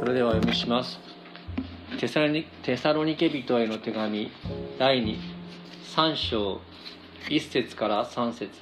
それではお読みします。テサロニケ人への手紙第3章1節から3節。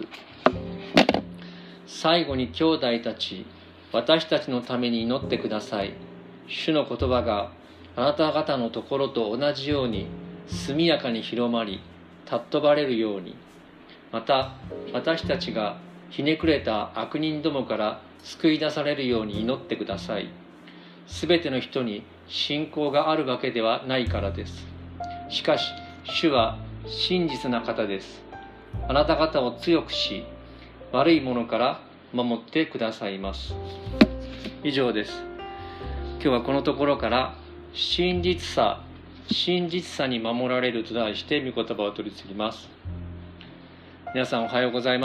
最後に兄弟たち、私たちのために祈ってください。主の言葉があなた方のところと同じように速やかに広まり、尊ばれるように。また私たちがひねくれた悪人どもから救い出されるように祈ってください。すべての人に信仰があるわけではないからです。しかし主は真実な方です。あなた方を強くし、悪いものから守ってくださいます。以上です。今日はこのところから真実さに守られると題して御言葉を取り次ぎます。皆さんおはようございます。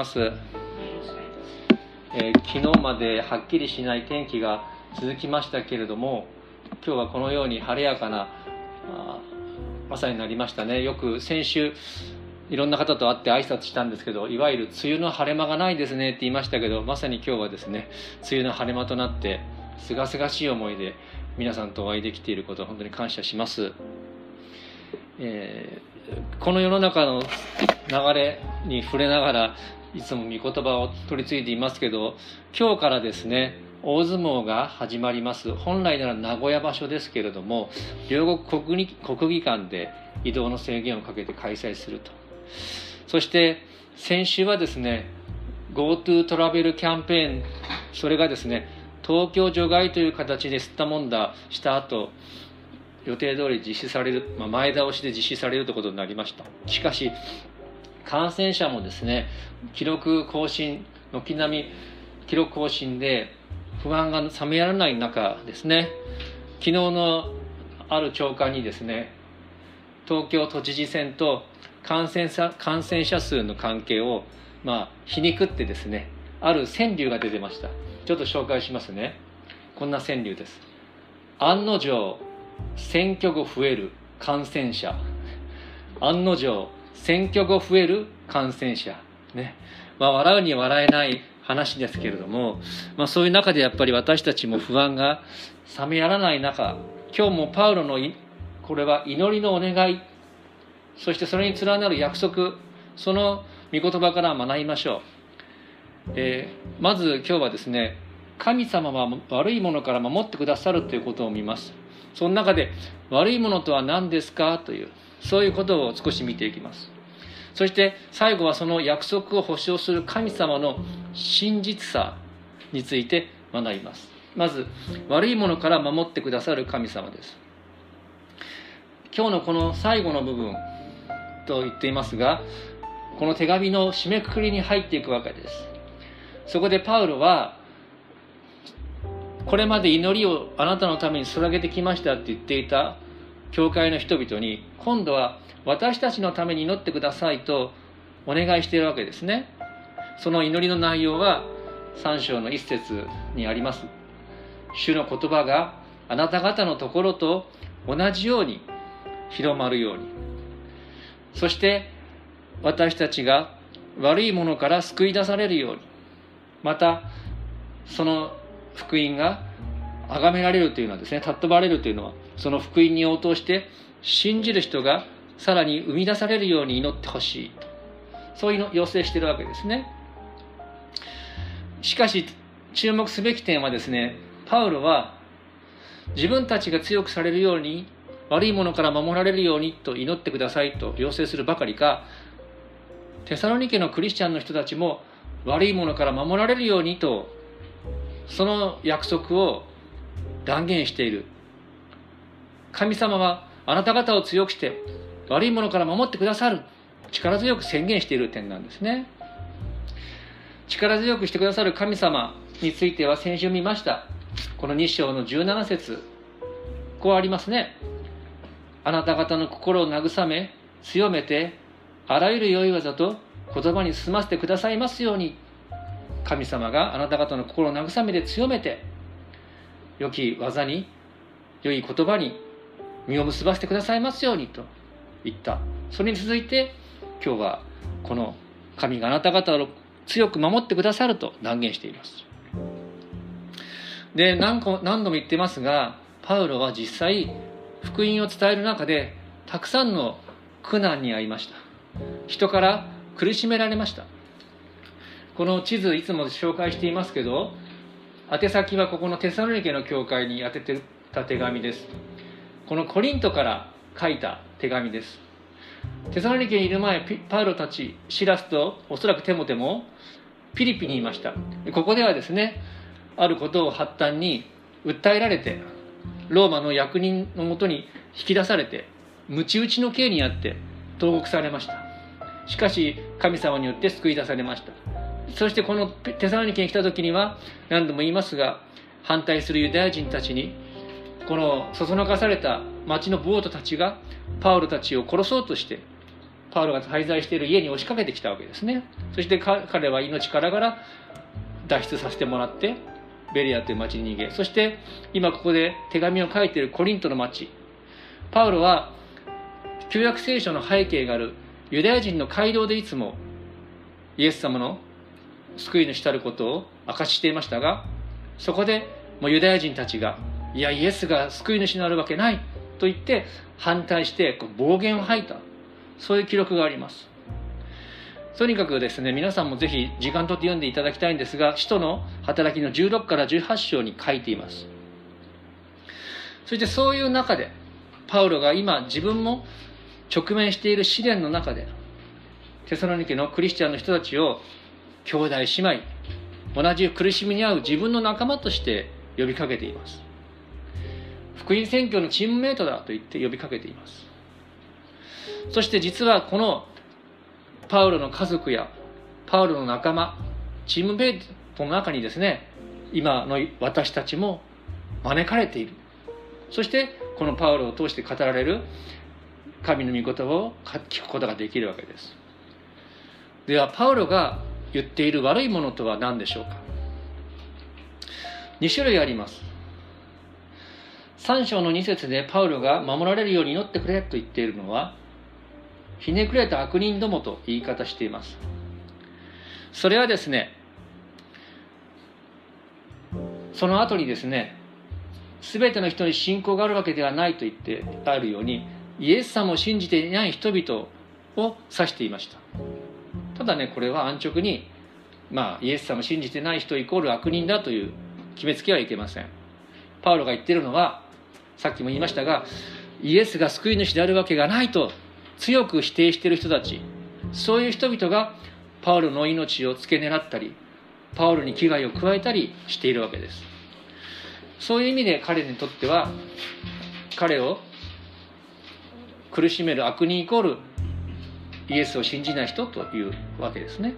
昨日まではっきりしない天気が続きましたけれども、今日はこのように晴れやかな朝になりましたね。よく先週いろんな方と会って挨拶したんですけど、いわゆる梅雨の晴れ間がないですねって言いましたけど、まさに今日はですね、梅雨の晴れ間となってすがすがしい思いで皆さんとお会いできていることを本当に感謝します。この世の中の流れに触れながらいつも御言葉を取り継いでいますけど、今日からですね、大相撲が始まります。本来なら名古屋場所ですけれども、両国国技館で移動の制限をかけて開催すると。そして先週はですね、 GoTo トラベルキャンペーン、それがですね、東京除外という形で吸ったもんだした後、予定通り実施される、前倒しで実施されるということになりました。しかし感染者もですね、記録更新軒並み記録更新で不安が冷めやらない中ですね、昨日のある朝刊にですね、東京都知事選と感染者数の関係を皮肉ってですね、ある川柳が出てました。ちょっと紹介しますね。こんな川柳です。案の定選挙後増える感染者。案の定選挙後増える感染者ね。笑うに笑えない話ですけれども、そういう中でやっぱり私たちも不安が冷めやらない中、今日もパウロのこれは祈りのお願い、そしてそれに連なる約束、その御言葉から学びましょう。まず今日はですね、神様は悪いものから守ってくださるということを見ます。その中で悪いものとは何ですかという、そういうことを少し見ていきます。そして最後はその約束を保証する神様の真実さについて学びます。まず悪いものから守ってくださる神様です。今日のこの最後の部分と言っていますが、この手紙の締めくくりに入っていくわけです。そこでパウロは、これまで祈りをあなたのために捧げてきましたって言っていた教会の人々に、今度は私たちのために祈ってくださいとお願いしているわけですね。その祈りの内容は3章の1節にあります。主の言葉があなた方のところと同じように広まるように、そして私たちが悪いものから救い出されるように、またその福音が崇められるというのはですね、尊ばれるというのは、その福音に応答して信じる人がさらに生み出されるように祈ってほしい、そういう要請しているわけですね。しかし注目すべき点はですね、パウロは自分たちが強くされるように、悪いものから守られるようにと祈ってくださいと要請するばかりか、テサロニケのクリスチャンの人たちも悪いものから守られるようにと、その約束を断言している。神様はあなた方を強くして悪いものから守ってくださる、力強く宣言している点なんですね。力強くしてくださる神様については先週見ました。この2章の17節、こうありますね。あなた方の心を慰め強めて、あらゆる良い技と言葉に進ませてくださいますように。神様があなた方の心を慰めて強めて、良き技に良い言葉に実を結ばせてくださいますようにと言った。それに続いて今日はこの神があなた方を強く守ってくださると断言しています。で、何度も言ってますが、 パウロは実際福音を伝える中でたくさんの苦難に遭いました。人から苦しめられました。この地図いつも紹介していますけど、宛先はここのテサロニケの教会に宛ててた手紙です。このコリントから書いた手紙です。テサロニケにいる前、パウロたちシラスとおそらくテモテもピリピにいました。ここではですね、あることを発端に訴えられて、ローマの役人のもとに引き出されて、鞭打ちの刑にあって投獄されました。しかし神様によって救い出されました。そしてこのテサロニケに来た時には、何度も言いますが、反対するユダヤ人たちに、このそそのかされた町の暴徒たちがパウロたちを殺そうとして、パウロが滞在している家に押しかけてきたわけですね。そして彼は命からがら脱出させてもらってベリアという町に逃げ、そして今ここで手紙を書いているコリントの町、パウロは旧約聖書の背景があるユダヤ人の街道でいつもイエス様の救い主たることを明かししていましたが、そこでもうユダヤ人たちが、いやイエスが救い主になるわけないと言って反対して暴言を吐いた、そういう記録があります。とにかくですね、皆さんもぜひ時間とって読んでいただきたいんですが、使徒の働きの16から18章に書いています。そしてそういう中でパウロが今自分も直面している試練の中で、テサロニケのクリスチャンの人たちを兄弟姉妹、同じ苦しみに遭う自分の仲間として呼びかけています。福音宣教のチームメイトだと言って呼びかけています。そして実はこのパウロの家族やパウロの仲間、チームメイトの中にですね、今の私たちも招かれている。そしてこのパウロを通して語られる神の御言葉を聞くことができるわけです。ではパウロが言っている悪いものとは何でしょうか。2種類あります。3章の2節でパウロが守られるように祈ってくれと言っているのは、ひねくれた悪人どもと言い方しています。それはですね、その後にですね、全ての人に信仰があるわけではないと言ってあるように、イエス様を信じていない人々を指していました。ただね、これは安直に、イエス様を信じてない人イコール悪人だという決めつけはいけません。パウロが言っているのは、さっきも言いましたが、イエスが救い主であるわけがないと強く否定している人たち、そういう人々がパウロの命を付け狙ったり、パウロに危害を加えたりしているわけです。そういう意味で彼にとっては、彼を苦しめる悪人イコールイエスを信じない人というわけですね。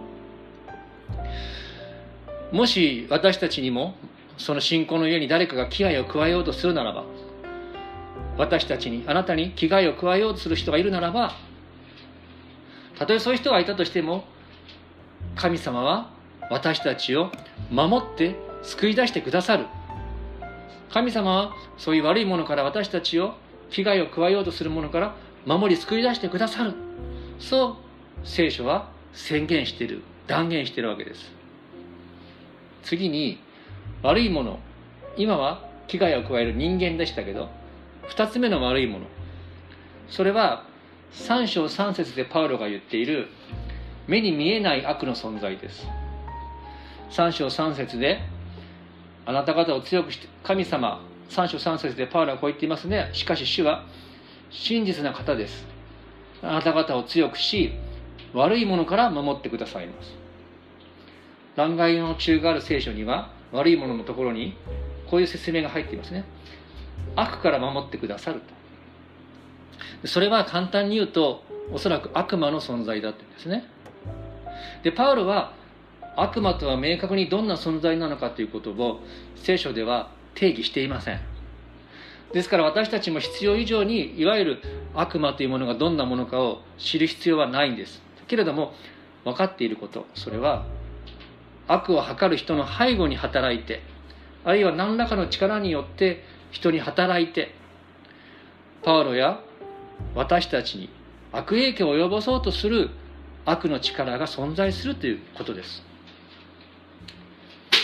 もし私たちにもその信仰の家に誰かが危害を加えようとするならば、私たちに、あなたに危害を加えようとする人がいるならば、たとえそういう人がいたとしても、神様は私たちを守って救い出してくださる。神様はそういう悪いものから、私たちを危害を加えようとするものから守り救い出してくださる。そう聖書は宣言している、断言しているわけです。次に、悪いもの、今は危害を加える人間でしたけど、2つ目の悪いもの、それは3章3節でパウロが言っている目に見えない悪の存在です。3章3節で、あなた方を強くして神様、3章3節でパウロはこう言っていますね。しかし主は真実な方です。あなた方を強くし、悪いものから守ってくださいます。断崖の中がある聖書には、悪いもののところにこういう説明が入っていますね。悪から守ってくださると。それは簡単に言うと、おそらく悪魔の存在だというんですね。で、パウロは悪魔とは明確にどんな存在なのかということを聖書では定義していません。ですから私たちも必要以上に、いわゆる悪魔というものがどんなものかを知る必要はないんです。けれども分かっていること、それは悪を図る人の背後に働いて、あるいは何らかの力によって人に働いて、パウロや私たちに悪影響を及ぼそうとする悪の力が存在するということです。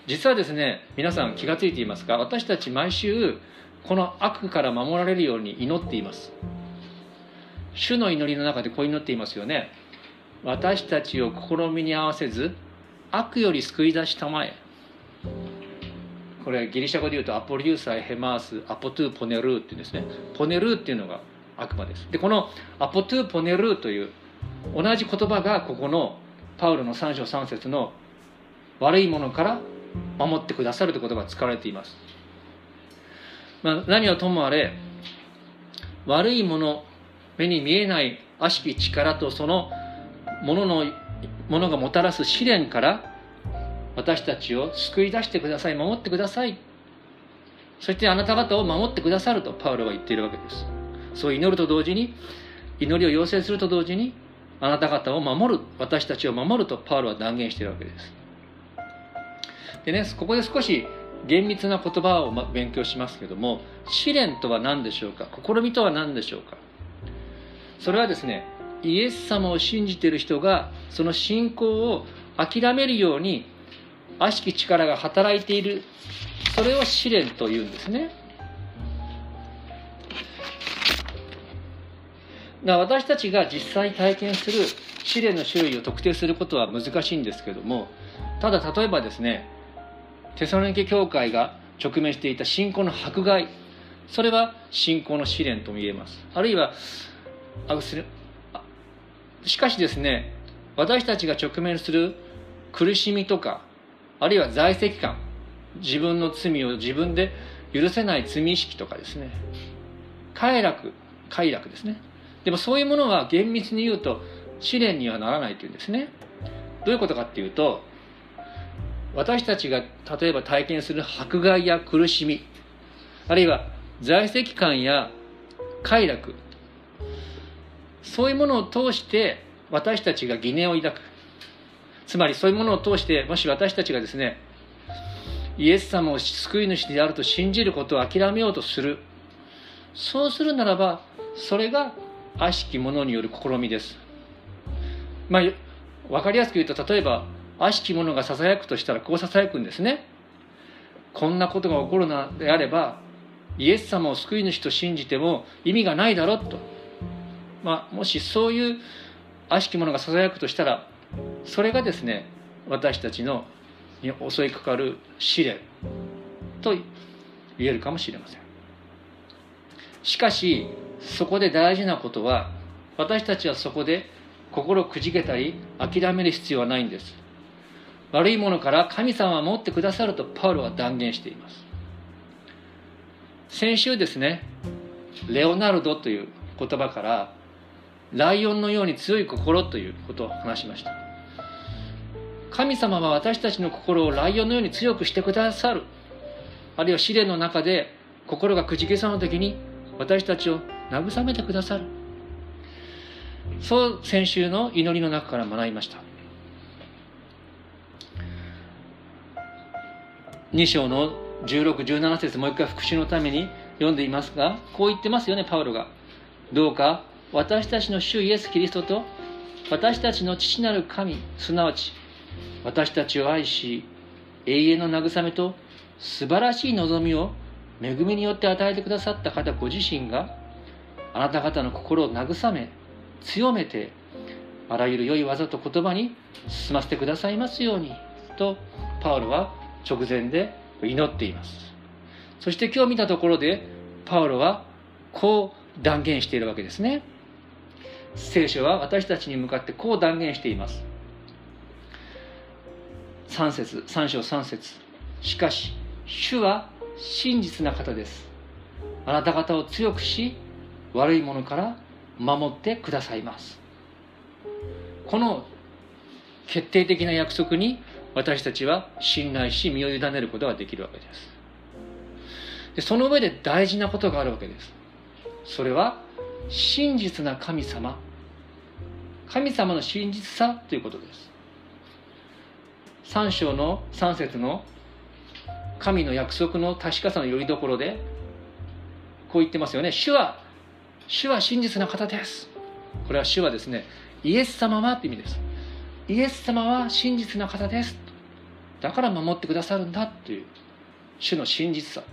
実はですね、皆さん気がついていますか？私たち毎週この悪から守られるように祈っています。主の祈りの中でこう祈っていますよね。私たちを試みに合わせず悪より救い出したまえ。これはギリシャ語で言うとアポリューサイヘマースアポトゥポネルーっていうんですね。ポネルーっていうのが悪魔です。でこのアポトゥポネルーという同じ言葉がここのパウロの3章3節の悪いものから守ってくださるという言葉が使われています。何はともあれ悪いもの、目に見えない悪しき力とそのものがもたらす試練から私たちを救い出してください、守ってください、そしてあなた方を守ってくださるとパウロは言っているわけです。そう祈ると同時に、祈りを要請すると同時に、あなた方を守る、私たちを守るとパウロは断言しているわけです。でね、ここで少し厳密な言葉を勉強しますけども、試練とは何でしょうか、試みとは何でしょうか。それはですね、イエス様を信じている人がその信仰を諦めるように悪しき力が働いている、それを試練というんですね。私たちが実際体験する試練の種類を特定することは難しいんですけども、ただ例えばですね、テサロニケ教会が直面していた信仰の迫害、それは信仰の試練とも言えます。あるいはしかしですね、私たちが直面する苦しみとか、あるいは在籍感、自分の罪を自分で許せない罪意識とかですね、快楽ですね。でもそういうものは厳密に言うと試練にはならないというんですね。どういうことかっていうと、私たちが例えば体験する迫害や苦しみ、あるいは在籍感や快楽、そういうものを通して私たちが疑念を抱く。つまりそういうものを通して、もし私たちがですね、イエス様を救い主であると信じることを諦めようとする。そうするならば、それが悪しき者による試みです。分かりやすく言うと、例えば悪しき者がささやくとしたらこうささやくんですね。こんなことが起こるのであれば、イエス様を救い主と信じても意味がないだろうと。もしそういう悪しき者がささやくとしたら、それがですね、私たちのに襲いかかる試練と言えるかもしれません。しかしそこで大事なことは、私たちはそこで心をくじけたり諦める必要はないんです。悪いものから神様は守ってくださるとパウロは断言しています。先週ですね、レオナルドという言葉からライオンのように強い心ということを話しました。神様は私たちの心をライオンのように強くしてくださる。あるいは試練の中で心がくじけそうな時に私たちを慰めてくださる。そう先週の祈りの中から学びました。2章の16、17節、もう一回復習のために読んでいますが、こう言ってますよね、パウロが。どうか私たちの主イエス・キリストと私たちの父なる神、すなわち私たちを愛し永遠の慰めと素晴らしい望みを恵みによって与えてくださった方ご自身があなた方の心を慰め強めて、あらゆる良い技と言葉に進ませてくださいますようにとパウロは直前で祈っています。そして今日見たところでパウロはこう断言しているわけですね。聖書は私たちに向かってこう断言しています。3章3節、しかし主は真実な方です。あなた方を強くし悪いものから守ってくださいます。この決定的な約束に私たちは信頼し身を委ねることができるわけです。でその上で大事なことがあるわけです。それは真実な神様の真実さということです。3章の3節の神の約束の確かさのよりどころでこう言ってますよね。主は真実な方です。これは主はですね、イエス様はという意味です。イエス様は真実な方です。 だから守ってくださるんだという主の真実さ。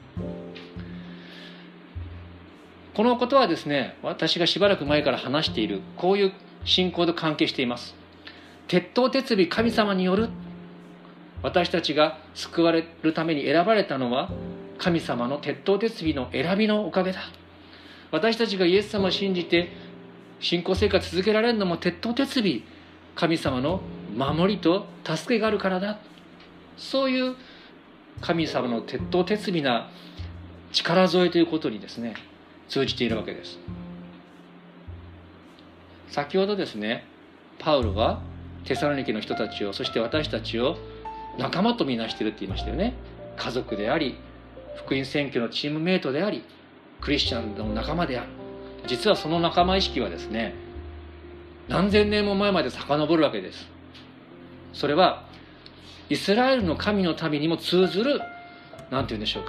このことはですね、私がしばらく前から話しているこういう信仰と関係しています。鉄頭鉄尾神様による、私たちが救われるために選ばれたのは神様の鉄頭鉄尾の選びのおかげだ。私たちがイエス様を信じて信仰生活続けられるのも鉄頭鉄尾神様の守りと助けがあるからだ。そういう神様の鉄頭鉄尾な力添えということにですね、通じているわけです。先ほどですね、パウロはテサロニケの人たちを、そして私たちを仲間とみなしているって言いましたよね。家族であり、福音宣教のチームメイトであり、クリスチャンの仲間である。実はその仲間意識はですね、何千年も前まで遡るわけです。それはイスラエルの神の民にも通ずる、なんて言うんでしょうか、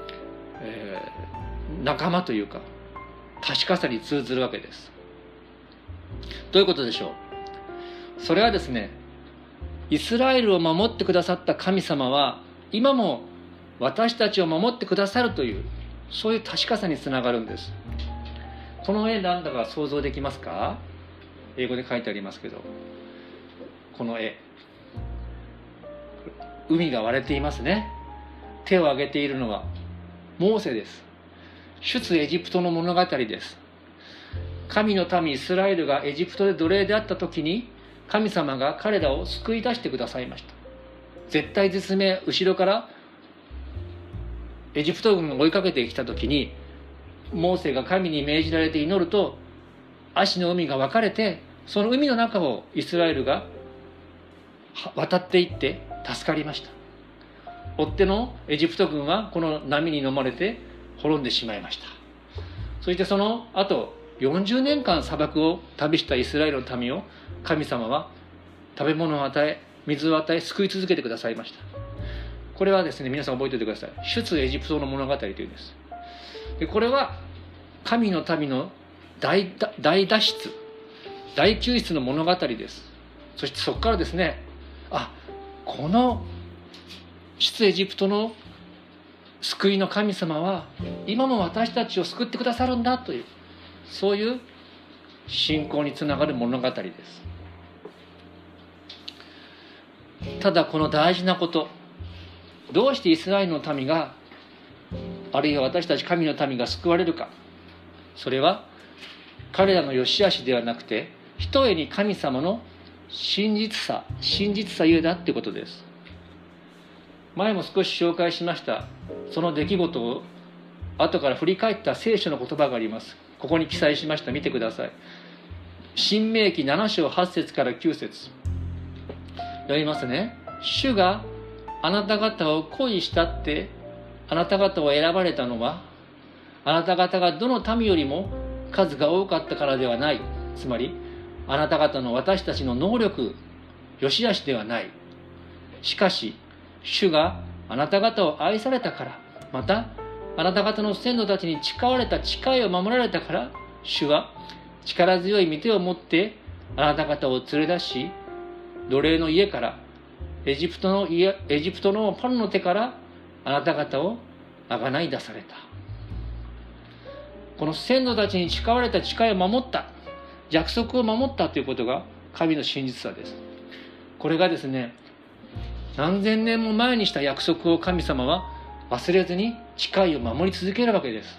仲間というか確かさに通ずるわけです。どういうことでしょう。それはですね、イスラエルを守ってくださった神様は今も私たちを守ってくださるという、そういう確かさにつながるんです。この絵なんだか想像できますか？英語で書いてありますけど、この絵、海が割れていますね。手を挙げているのはモーセです。出エジプトの物語です。神の民イスラエルがエジプトで奴隷であった時に、神様が彼らを救い出してくださいました。絶体絶命、後ろからエジプト軍が追いかけてきた時に、モーセが神に命じられて祈ると、葦の海が分かれて、その海の中をイスラエルが渡っていって助かりました。追っ手のエジプト軍はこの波に飲まれて滅んでしまいました。そしてその後40年間砂漠を旅したイスラエルの民を神様は食べ物を与え、水を与え、救い続けてくださいました。これはですね、皆さん覚えておいてください。出エジプトの物語というんです。でこれは神の民の大脱出、大救出の物語です。そしてそこからですね、この出エジプトの救いの神様は今も私たちを救ってくださるんだという、そういう信仰につながる物語です。ただこの大事なこと、どうしてイスラエルの民が、あるいは私たち神の民が救われるか、それは彼らの良し悪しではなくて、ひとえに神様の真実さゆえだということです。前も少し紹介しましたその出来事を後から振り返った聖書の言葉があります。ここに記載しました。見てください。申命記7章8節から9節読みますね。主があなた方を恋したって、あなた方を選ばれたのは、あなた方がどの民よりも数が多かったからではない。つまりあなた方の私たちの能力、良し悪しではない。しかし主があなた方を愛されたから、またあなた方の先祖たちに誓われた誓いを守られたから、主は力強い御手を持ってあなた方を連れ出し、奴隷の家から、エジプトのパロの手からあなた方をあがない出された。この先祖たちに誓われた誓いを守った、約束を守ったということが神の真実さです。これがですね、何千年も前にした約束を神様は忘れずに誓いを守り続けるわけです。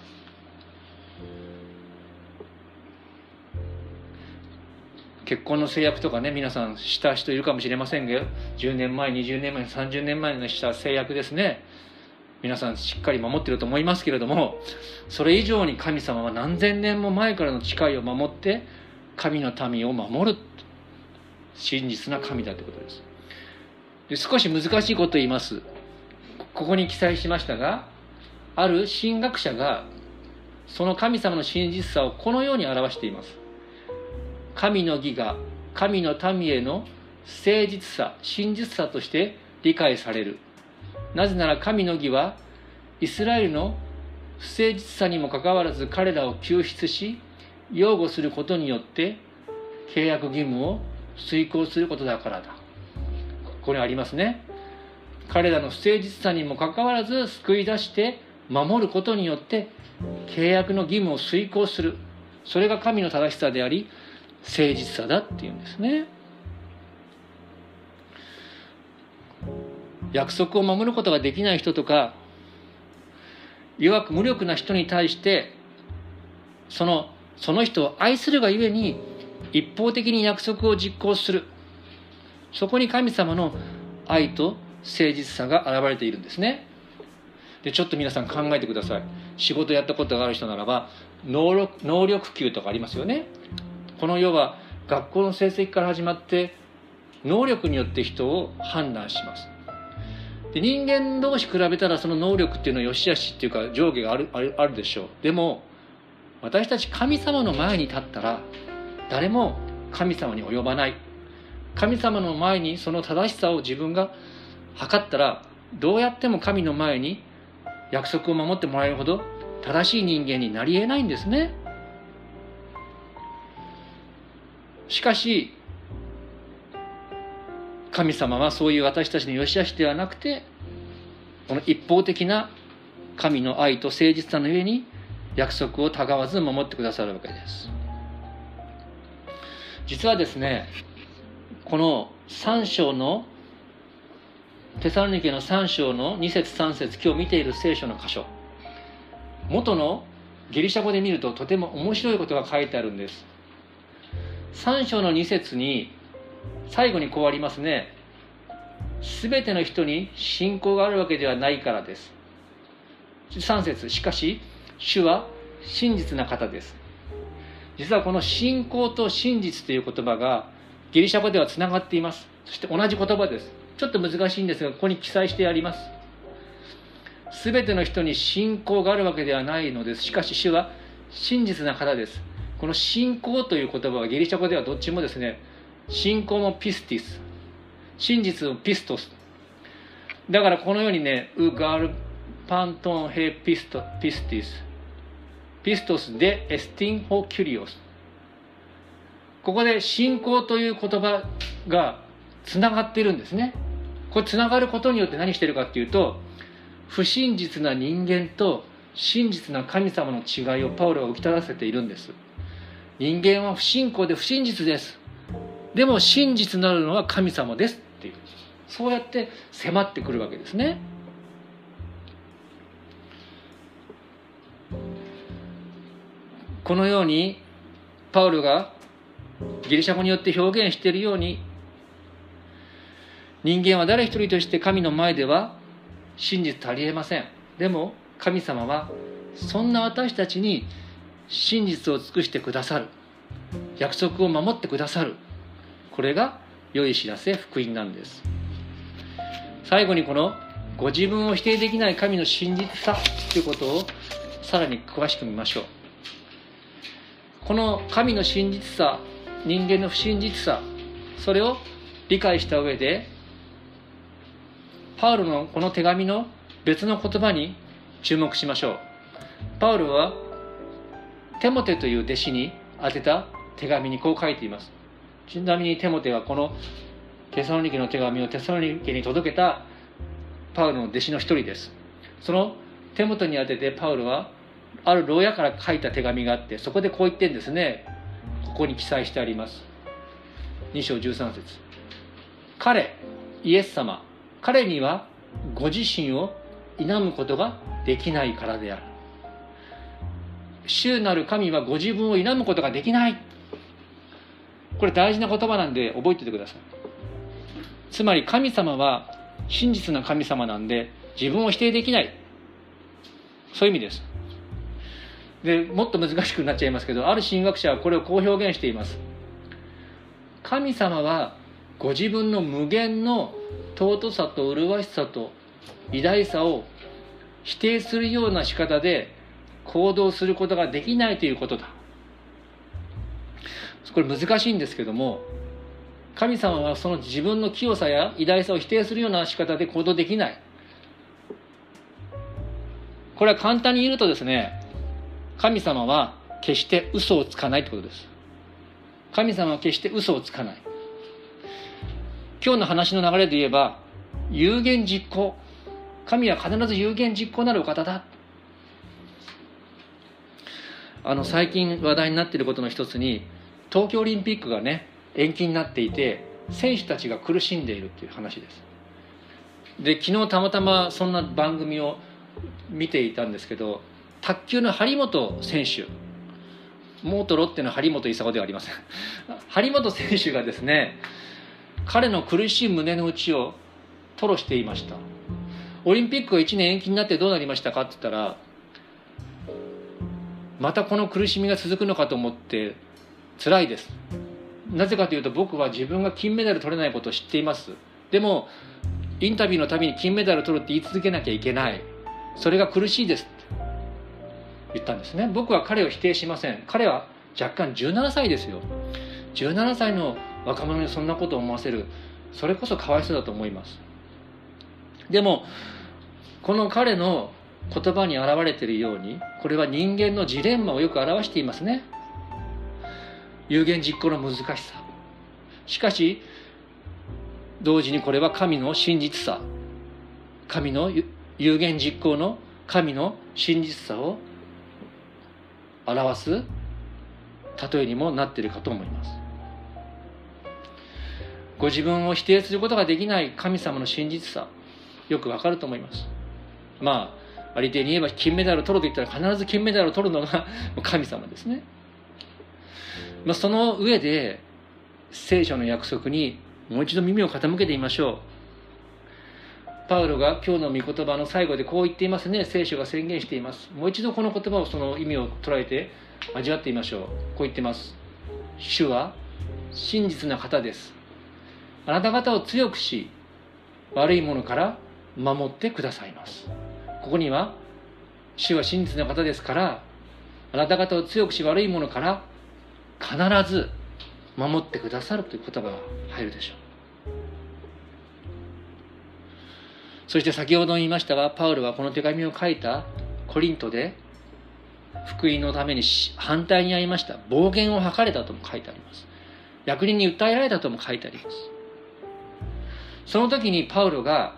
結婚の制約とかね、皆さんした人いるかもしれませんが、10年前、20年前、30年前にした制約ですね、皆さんしっかり守っていると思いますけれども、それ以上に神様は何千年も前からの誓いを守って神の民を守る真実な神だということです。で、少し難しいことを言います。ここに記載しましたが、ある神学者がその神様の真実さをこのように表しています。神の義が神の民への誠実さ、真実さとして理解される。なぜなら神の義はイスラエルの不誠実さにもかかわらず彼らを救出し擁護することによって契約義務を遂行することだからだ。ここにありますね。 彼らの不誠実さにもかかわらず救い出して守ることによって契約の義務を遂行する、それが神の正しさであり誠実さだっていうんですね。約束を守ることができない人とか弱く無力な人に対してその人を愛するがゆえに一方的に約束を実行する、そこに神様の愛と誠実さが現れているんですね。でちょっと皆さん考えてください。仕事やったことがある人ならば能力給とかありますよね。この世は学校の成績から始まって能力によって人を判断します。で人間同士比べたらその能力っていうのは良し悪しっていうか上下があるでしょう。でも私たち神様の前に立ったら誰も神様に及ばない。神様の前にその正しさを自分が測ったらどうやっても神の前に約束を守ってもらえるほど正しい人間になり得ないんですね。しかし神様はそういう私たちの良し悪しではなくて、この一方的な神の愛と誠実さの上に約束をたがわず守ってくださるわけです。実はですね、この3章のテサロニケの3章の2節3節、今日見ている聖書の箇所、元のギリシャ語で見るととても面白いことが書いてあるんです。3章の2節に最後にこうありますね。すべての人に信仰があるわけではないからです。3節、しかし主は真実な方です。実はこの信仰と真実という言葉がギリシャ語ではつながっています。そして同じ言葉です。ちょっと難しいんですがここに記載してあります。すべての人に信仰があるわけではないのです。しかし主は真実な方です。この信仰という言葉はギリシャ語ではどっちもですね、信仰もピスティス、真実もピストス。だからこのようにね、ウガルパントンヘピスティス、ピストスでエスティンホキュリオス。ここで信仰という言葉がつながっているんですね。これつながることによって何してるかっていうと、不真実な人間と真実な神様の違いをパウロは浮き立たせているんです。人間は不信仰で不真実です。でも真実なるのは神様ですっていう、そうやって迫ってくるわけですね。このようにパウロがギリシャ語によって表現しているように、人間は誰一人として神の前では真実足りえません。でも神様はそんな私たちに真実を尽くしてくださる、約束を守ってくださる。これが良い知らせ、福音なんです。最後にこのご自分を否定できない神の真実さということをさらに詳しく見ましょう。この神の真実さ、人間の不真実さ、それを理解した上でパウロのこの手紙の別の言葉に注目しましょう。パウロはテモテという弟子に宛てた手紙にこう書いています。ちなみにテモテはこのテサロニケの手紙をテサロニケに届けたパウロの弟子の一人です。そのテモテに宛ててパウロはある牢屋から書いた手紙があって、そこでこう言ってるんですね。ここに記載してあります。2章13節、彼、イエス様、彼にはご自身を否むことができないからである。主なる神はご自分を否むことができない。これ大事な言葉なんで覚えておいてください。つまり神様は真実な神様なんで自分を否定できない、そういう意味です。でもっと難しくなっちゃいますけど、ある神学者はこれをこう表現しています。神様はご自分の無限の尊さと麗しさと偉大さを否定するような仕方で行動することができないということだ。これ難しいんですけども、神様はその自分の清さや偉大さを否定するような仕方で行動できない。これは簡単に言うとですね、神様は決して嘘をつかないということです。神様は決して嘘をつかない。今日の話の流れで言えば、 有言実行。神は必ず有言実行なるお方だ。最近話題になっていることの一つに、東京オリンピックがね延期になっていて、選手たちが苦しんでいるという話です。で、昨日たまたまそんな番組を見ていたんですけど、卓球の張本選手、元ロッテの張本勲ではありません張本選手がですね、彼の苦しい胸の内を吐露していました。オリンピックが1年延期になってどうなりましたかって言ったら、またこの苦しみが続くのかと思って辛いです。なぜかというと、僕は自分が金メダル取れないことを知っています。でもインタビューのたびに金メダル取るって言い続けなきゃいけない、それが苦しいですって言ったんですね。僕は彼を否定しません。彼は若干17歳ですよ。17歳の若者にそんなことを思わせる、それこそかわいそうだと思います。でもこの彼の言葉に表れているように、これは人間のジレンマをよく表していますね。有言実行の難しさ。しかし同時にこれは神の真実さ、神の有言実行の神の真実さを表す例えにもなっているかと思います。ご自分を否定することができない神様の真実さ、よくわかると思います。ありていに言えば金メダルを取ると言ったら必ず金メダルを取るのが神様ですね。その上で聖書の約束にもう一度耳を傾けてみましょう。パウロが今日の御言葉の最後でこう言っていますね。聖書が宣言しています。もう一度この言葉を、その意味を捉えて味わってみましょう。こう言っています。主は真実な方です。あなた方を強くし、悪いものから守ってくださいます。ここには主は真実な方ですから、あなた方を強くし悪いものから必ず守ってくださるという言葉が入るでしょう。そして先ほど言いましたが、パウロはこの手紙を書いたコリントで福音のために反対に遭いました。暴言を吐かれたとも書いてあります。役人に訴えられたとも書いてあります。その時にパウロが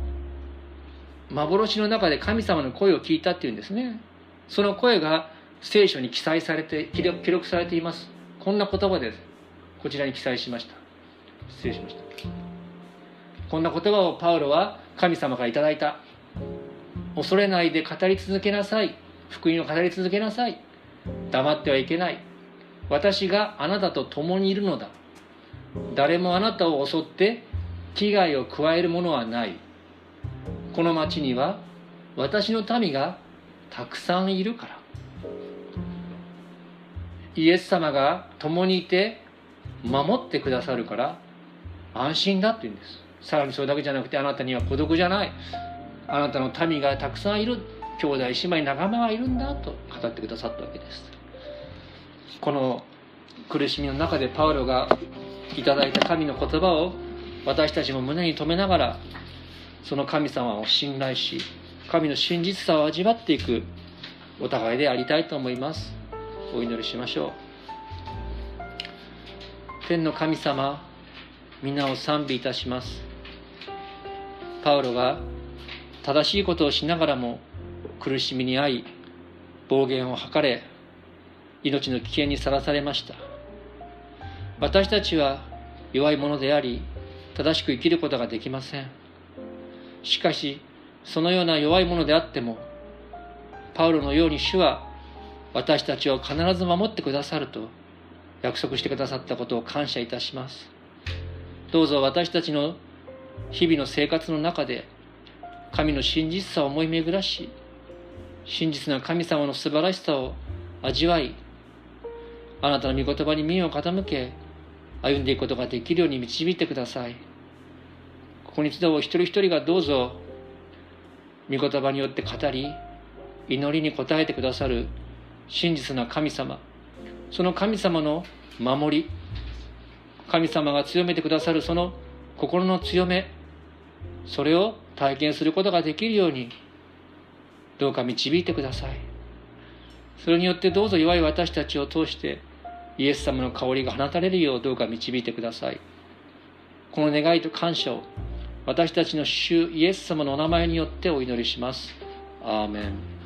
幻の中で神様の声を聞いたっていうんですね。その声が聖書に記載されて、記録されています。こんな言葉です。こちらに記載しました。失礼しました。こんな言葉をパウロは神様からいただいた。恐れないで語り続けなさい。福音を語り続けなさい。黙ってはいけない。私があなたと共にいるのだ。誰もあなたを襲って危害を加えるものはない。この町には私の民がたくさんいるから。イエス様が共にいて守ってくださるから安心だって言うんです。さらにそれだけじゃなくて、あなたには孤独じゃない。あなたの民がたくさんいる。兄弟姉妹仲間がいるんだと語ってくださったわけです。この苦しみの中でパウロがいただいた神の言葉を私たちも胸に留めながら、その神様を信頼し、神の真実さを味わっていくお互いでありたいと思います。お祈りしましょう。天の神様、皆を賛美いたします。パウロが正しいことをしながらも苦しみに遭い、暴言を吐かれ、命の危険にさらされました。私たちは弱いものであり、正しく生きることができません。しかし、そのような弱いものであっても、パウロのように主は私たちを必ず守ってくださると約束してくださったことを感謝いたします。どうぞ私たちの日々の生活の中で神の真実さを思い巡らし、真実な神様の素晴らしさを味わい、あなたの御言葉に耳を傾け歩んでいくことができるように導いてください。ここに集う一人一人がどうぞ御言葉によって語り、祈りに応えてくださる真実な神様、その神様の守り、神様が強めてくださるその心の強め、それを体験することができるようにどうか導いてください。それによってどうぞ弱い私たちを通してイエス様の香りが放たれるようどうか導いてください。この願いと感謝を私たちの主イエス様のお名前によってお祈りします。アーメン。